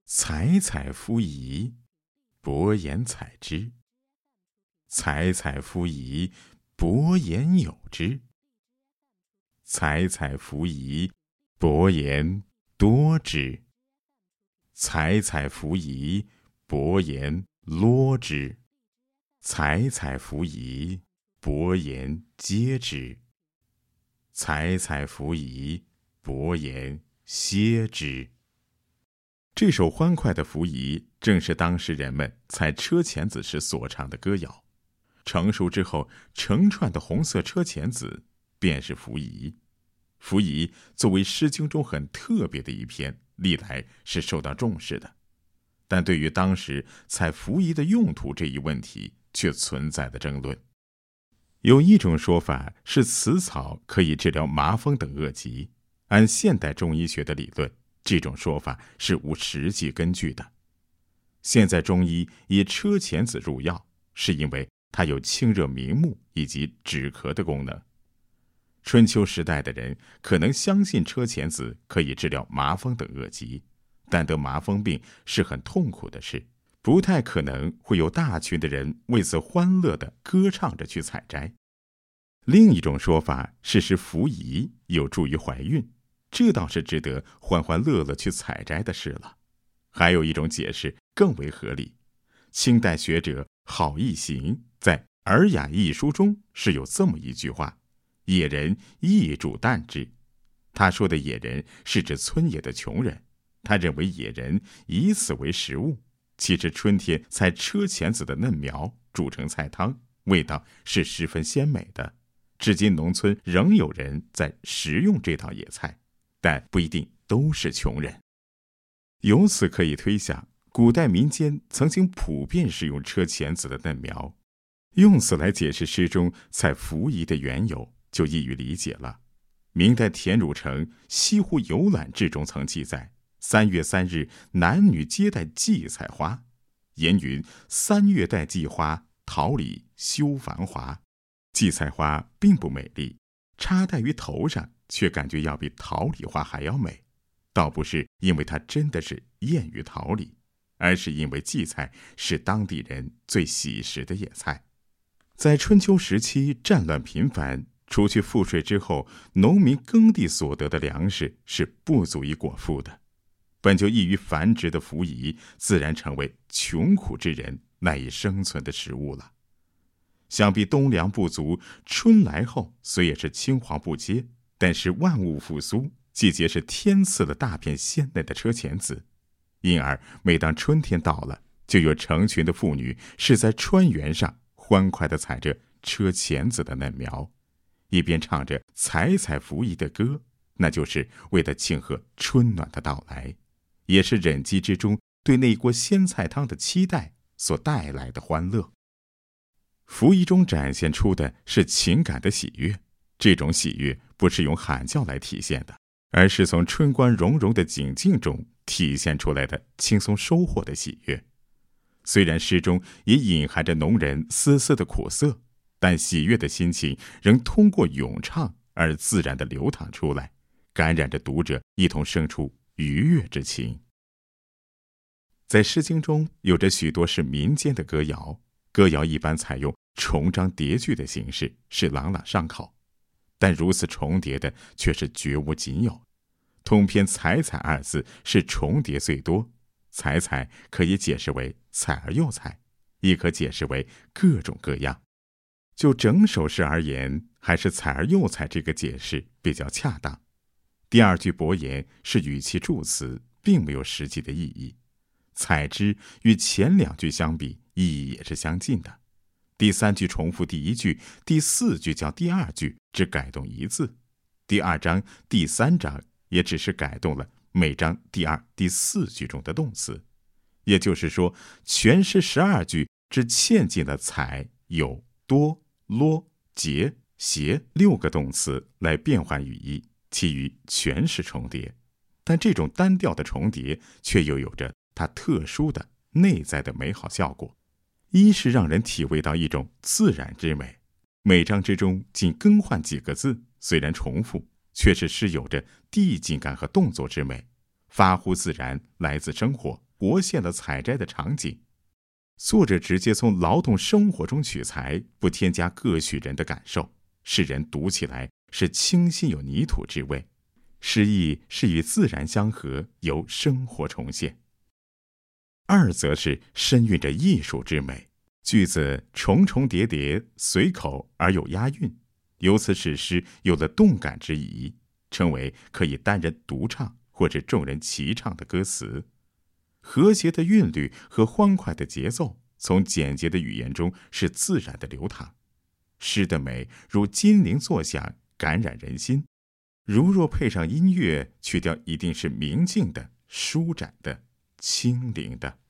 采采夫夷，伯言采之；采采夫夷，伯言有之；采采夫夷，伯言多之；采采夫夷，伯言罗之；采采夫夷，伯言接之；采采夫夷，伯言歇之。这首欢快的服仪，正是当时人们采车前子时所唱的歌谣。成熟之后，成串的红色车前子便是服仪。服仪作为《诗经》中很特别的一篇，历来是受到重视的。但对于当时采服仪的用途这一问题，却存在的争论。有一种说法是此草可以治疗麻风等恶疾，按现代中医学的理论，这种说法是无实际根据的。现在中医以车前子入药，是因为它有清热明目以及止咳的功能。春秋时代的人可能相信车前子可以治疗麻风等恶疾，但得麻风病是很痛苦的事，不太可能会有大群的人为此欢乐地歌唱着去采摘。另一种说法是使服仪有助于怀孕，这倒是值得欢欢乐乐去采摘的事了。还有一种解释更为合理，清代学者郝逸行在《尔雅》一书中是有这么一句话：野人易主啖之。他说的野人是指村野的穷人，他认为野人以此为食物。其实春天采车前子的嫩苗煮成菜汤，味道是十分鲜美的。至今农村仍有人在食用这道野菜，但不一定都是穷人。由此可以推想，古代民间曾经普遍使用车前子的嫩苗，用此来解释诗中采服仪的缘由，就易于理解了。明代田汝成《西湖游览志》中曾记载，3月3日男女皆戴荠菜花，言云3月戴荠花，桃李休繁华。荠菜花并不美丽，插戴于头上却感觉要比桃李花还要美，倒不是因为它真的是艳于桃李，而是因为荠菜是当地人最喜食的野菜。在春秋时期战乱频繁，除去赋税之后，农民耕地所得的粮食是不足以果腹的，本就易于繁殖的服仪，自然成为穷苦之人赖以生存的食物了。想必冬粮不足，春来后虽也是青黄不接，但是万物复苏，季节是天赐了大片鲜嫩的车前子。因而每当春天到了，就有成群的妇女是在川原上欢快地采着车前子的嫩苗，一边唱着采采服仪的歌，那就是为了庆贺春暖的到来，也是忍饥之中对那锅鲜菜汤的期待所带来的欢乐。服仪中展现出的是情感的喜悦，这种喜悦不是用喊叫来体现的，而是从春光融融的景境中体现出来的轻松收获的喜悦。虽然诗中也隐含着农人丝丝的苦涩，但喜悦的心情仍通过咏唱而自然地流淌出来，感染着读者一同生出愉悦之情。在《诗经》中有着许多是民间的歌谣，歌谣一般采用重章叠句的形式，是朗朗上口，但如此重叠的却是绝无仅有。通篇采采二字是重叠最多，采采可以解释为采而又采，亦可解释为各种各样。就整首诗而言，还是采而又采这个解释比较恰当。第二句伯言是语气助词，并没有实际的意义。采之与前两句相比，意义也是相近的。第三句重复第一句，第四句较第二句只改动一字，第二章、第三章也只是改动了每章第二、第四句中的动词。也就是说，全诗12句只嵌进了采、有、多、啰、结、谐6个动词来变换语义，其余全是重叠。但这种单调的重叠却又有着它特殊的内在的美好效果。一是让人体味到一种自然之美，每章之中仅更换几个字，虽然重复，却是诗有着递进感和动作之美，发乎自然，来自生活， 活现了采摘的场景。作者直接从劳动生活中取材，不添加个许人的感受，使人读起来是清新有泥土之味。诗意是与自然相合，由生活重现。二则是深蕴着艺术之美，句子重重叠叠，随口而有押韵，由此使诗有了动感之意，成为可以单人独唱或者众人齐唱的歌词。和谐的韵律和欢快的节奏，从简洁的语言中是自然的流淌。诗的美如金铃作响，感染人心。如若配上音乐，曲调一定是明净的、舒展的、清灵的。